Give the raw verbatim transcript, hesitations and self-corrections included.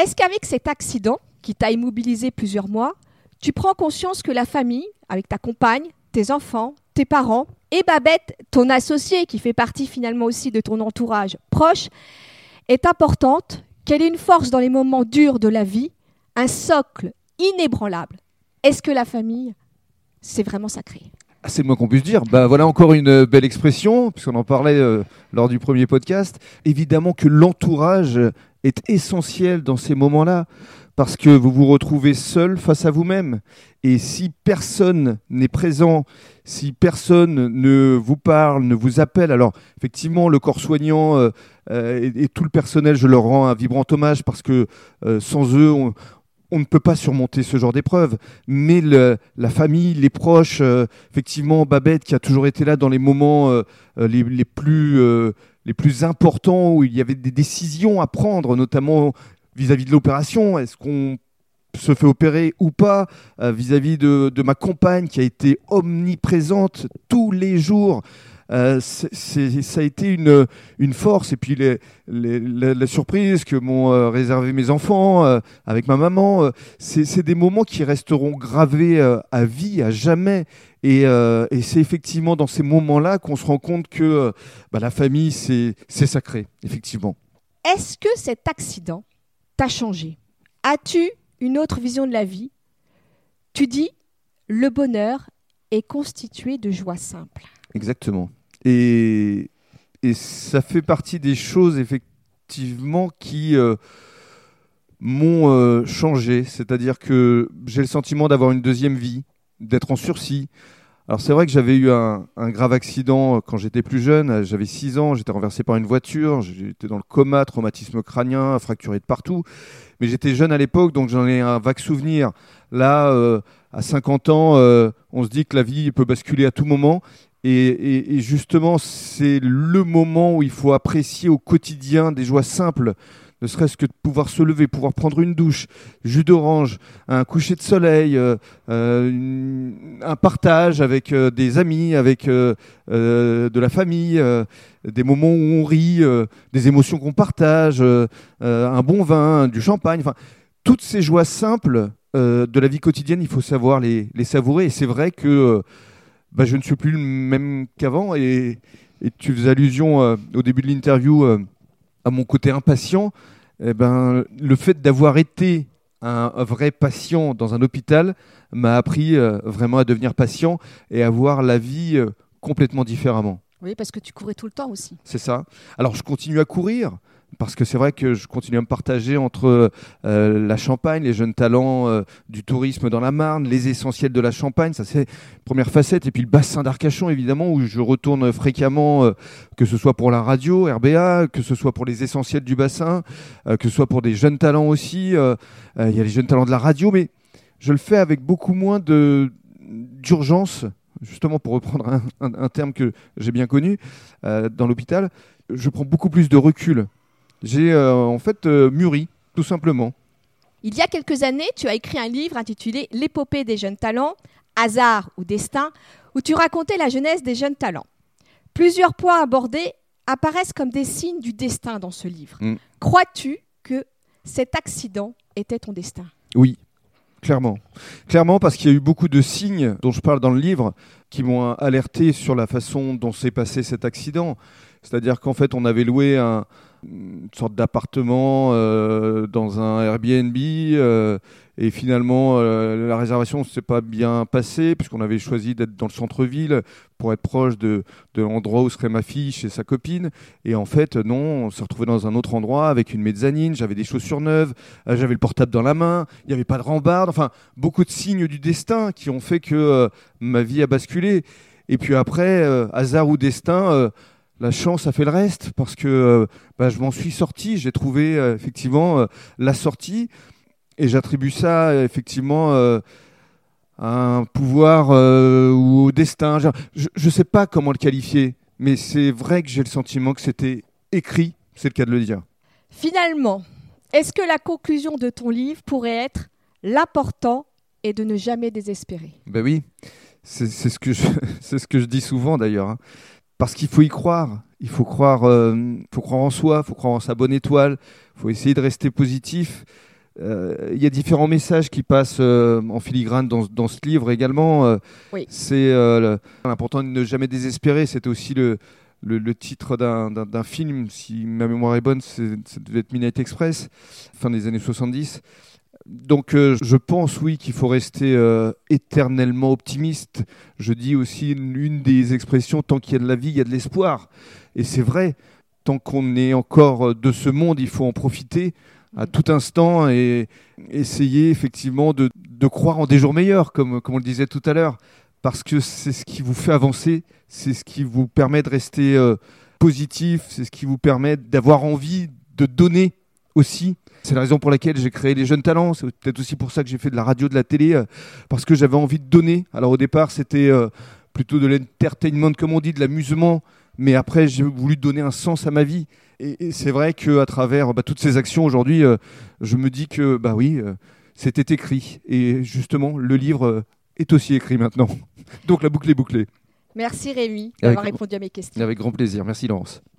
Est-ce qu'avec cet accident qui t'a immobilisé plusieurs mois, tu prends conscience que la famille, avec ta compagne, tes enfants, tes parents et Babette, ton associée qui fait partie finalement aussi de ton entourage proche, est importante, qu'elle est une force dans les moments durs de la vie, un socle inébranlable? Est-ce que la famille, c'est vraiment sacré? Ah, c'est le moins qu'on puisse dire. Bah, voilà encore une belle expression, puisqu'on en parlait euh, lors du premier podcast. Évidemment que l'entourage est essentiel dans ces moments-là, parce que vous vous retrouvez seul face à vous-même. Et si personne n'est présent, si personne ne vous parle, ne vous appelle, alors effectivement, le corps soignant euh, euh, et, et tout le personnel, je leur rends un vibrant hommage, parce que euh, sans eux, on, on ne peut pas surmonter ce genre d'épreuve. Mais le, la famille, les proches, euh, effectivement, Babette qui a toujours été là dans les moments euh, les, les, plus, euh, les plus importants, où il y avait des décisions à prendre, notamment vis-à-vis de l'opération. Est-ce qu'on se fait opérer ou pas, euh, vis-à-vis de, de ma compagne qui a été omniprésente tous les jours. Euh, c'est, c'est, ça a été une, une force. Et puis les, les, la, la surprise que m'ont euh, réservé mes enfants euh, avec ma maman, euh, c'est, c'est des moments qui resteront gravés euh, à vie, à jamais. Et, euh, et c'est effectivement dans ces moments-là qu'on se rend compte que euh, bah, la famille, c'est, c'est sacré, effectivement. Est-ce que cet accident t'a changé? As-tu une autre vision de la vie? Tu dis, le bonheur est constitué de joie simple. Exactement. Et, et ça fait partie des choses, effectivement, qui euh, m'ont euh, changé. C'est-à-dire que j'ai le sentiment d'avoir une deuxième vie, d'être en sursis. Alors c'est vrai que j'avais eu un, un grave accident quand j'étais plus jeune. J'avais six ans, j'étais renversé par une voiture. J'étais dans le coma, traumatisme crânien, fracturé de partout. Mais j'étais jeune à l'époque, donc j'en ai un vague souvenir. Là, euh, à cinquante ans, euh, on se dit que la vie peut basculer à tout moment. Et, et, et justement, c'est le moment où il faut apprécier au quotidien des joies simples, ne serait-ce que de pouvoir se lever, pouvoir prendre une douche, jus d'orange, un coucher de soleil, euh, euh, une, un partage avec euh, des amis, avec euh, euh, de la famille, euh, des moments où on rit, euh, des émotions qu'on partage, euh, euh, un bon vin, du champagne, enfin, toutes ces joies simples euh, de la vie quotidienne, il faut savoir les, les savourer. Et c'est vrai que euh, bah, je ne suis plus le même qu'avant. Et, et tu faisais allusion euh, au début de l'interview euh, à mon côté impatient. Eh ben, le fait d'avoir été un, un vrai patient dans un hôpital m'a appris euh, vraiment à devenir patient et à voir la vie euh, complètement différemment. Oui, parce que tu courais tout le temps aussi. C'est ça. Alors, je continue à courir, parce que c'est vrai que je continue à me partager entre euh, la Champagne, les jeunes talents euh, du tourisme dans la Marne, les essentiels de la Champagne, ça c'est la première facette, et puis le bassin d'Arcachon, évidemment, où je retourne fréquemment, euh, que ce soit pour la radio, R B A, que ce soit pour les essentiels du bassin, euh, que ce soit pour des jeunes talents aussi. Euh, euh, il y a les jeunes talents de la radio, mais je le fais avec beaucoup moins de, d'urgence, justement pour reprendre un, un, un terme que j'ai bien connu euh, dans l'hôpital. Je prends beaucoup plus de recul. J'ai euh, en fait euh, mûri, tout simplement. Il y a quelques années, tu as écrit un livre intitulé « L'épopée des jeunes talents, hasard ou destin », où tu racontais la jeunesse des jeunes talents. Plusieurs points abordés apparaissent comme des signes du destin dans ce livre. Mm. Crois-tu que cet accident était ton destin ? Oui, clairement. Clairement, parce qu'il y a eu beaucoup de signes dont je parle dans le livre qui m'ont alerté sur la façon dont s'est passé cet accident. C'est-à-dire qu'en fait, on avait loué un... une sorte d'appartement euh, dans un Airbnb euh, et finalement euh, la réservation ne s'est pas bien passée puisqu'on avait choisi d'être dans le centre-ville pour être proche de, de l'endroit où serait ma fille chez sa copine, et en fait non, on s'est retrouvé dans un autre endroit avec une mezzanine, j'avais des chaussures neuves, euh, j'avais le portable dans la main, il n'y avait pas de rambarde, enfin beaucoup de signes du destin qui ont fait que euh, ma vie a basculé. Et puis après, euh, hasard ou destin, euh, la chance a fait le reste, parce que euh, bah, je m'en suis sorti, j'ai trouvé euh, effectivement euh, la sortie, et j'attribue ça euh, effectivement euh, à un pouvoir euh, ou au destin. Je ne sais pas comment le qualifier, mais c'est vrai que j'ai le sentiment que c'était écrit, c'est le cas de le dire. Finalement, est-ce que la conclusion de ton livre pourrait être « L'important est de ne jamais désespérer » ? Ben oui, c'est, c'est, ce que je, c'est ce que je dis souvent d'ailleurs, hein. Parce qu'il faut y croire, il faut croire, euh, faut croire en soi, il faut croire en sa bonne étoile, il faut essayer de rester positif. euh, il y a différents messages qui passent euh, en filigrane dans, dans ce livre également. Euh, Oui. C'est euh, le- l'important de ne jamais désespérer. C'était aussi le, le, le titre d'un, d'un, d'un film, si ma mémoire est bonne, c'est, ça devait être Midnight Express, fin des années soixante-dix. Donc euh, je pense, oui, qu'il faut rester euh, éternellement optimiste. Je dis aussi une, une des expressions, tant qu'il y a de la vie, il y a de l'espoir. Et c'est vrai, tant qu'on est encore de ce monde, il faut en profiter à tout instant et essayer effectivement de, de croire en des jours meilleurs, comme, comme on le disait tout à l'heure, parce que c'est ce qui vous fait avancer, c'est ce qui vous permet de rester euh, positif, c'est ce qui vous permet d'avoir envie de donner aussi. C'est la raison pour laquelle j'ai créé les Jeunes Talents. C'est peut-être aussi pour ça que j'ai fait de la radio, de la télé, euh, parce que j'avais envie de donner. Alors au départ, c'était euh, plutôt de l'entertainment, comme on dit, de l'amusement. Mais après, j'ai voulu donner un sens à ma vie. Et, et c'est vrai qu'à travers bah, toutes ces actions aujourd'hui, euh, je me dis que bah oui, euh, c'était écrit. Et justement, le livre euh, est aussi écrit maintenant. Donc la boucle est bouclée. Merci Rémi Avec- d'avoir répondu à mes questions. Avec grand plaisir. Merci Laurence.